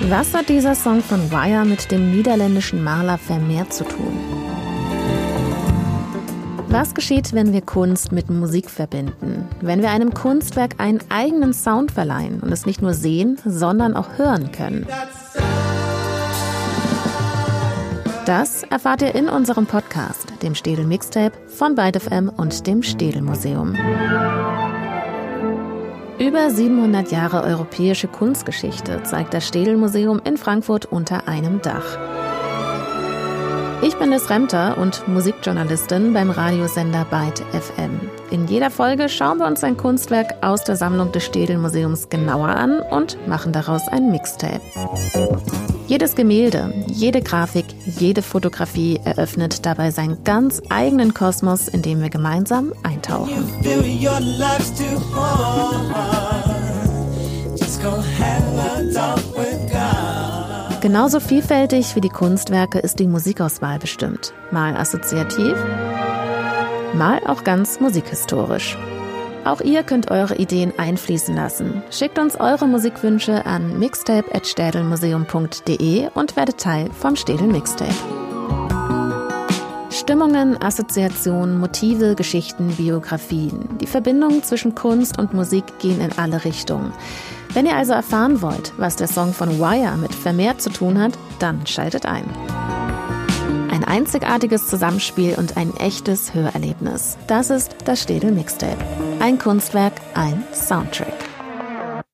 Was hat dieser Song von Wire mit dem niederländischen Maler Vermeer zu tun? Was geschieht, wenn wir Kunst mit Musik verbinden? Wenn wir einem Kunstwerk einen eigenen Sound verleihen und es nicht nur sehen, sondern auch hören können? Das erfahrt ihr in unserem Podcast, dem Städel Mixtape von Byte FM und dem Städel Museum. Über 700 Jahre europäische Kunstgeschichte zeigt das Städel Museum in Frankfurt unter einem Dach. Ich bin Liz Remter und Musikjournalistin beim Radiosender Byte FM. In jeder Folge schauen wir uns ein Kunstwerk aus der Sammlung des Städel Museums genauer an und machen daraus ein Mixtape. Jedes Gemälde, jede Grafik, jede Fotografie eröffnet dabei seinen ganz eigenen Kosmos, in dem wir gemeinsam eintauchen. Genauso vielfältig wie die Kunstwerke ist die Musikauswahl bestimmt. Mal assoziativ, mal auch ganz musikhistorisch. Auch ihr könnt eure Ideen einfließen lassen. Schickt uns eure Musikwünsche an mixtape@städelmuseum.de und werdet Teil vom Städel Mixtape. Stimmungen, Assoziationen, Motive, Geschichten, Biografien. Die Verbindungen zwischen Kunst und Musik gehen in alle Richtungen. Wenn ihr also erfahren wollt, was der Song von Wire mit Vermeer zu tun hat, dann schaltet ein. Ein einzigartiges Zusammenspiel und ein echtes Hörerlebnis. Das ist das Städel Mixtape. Ein Kunstwerk, ein Soundtrack.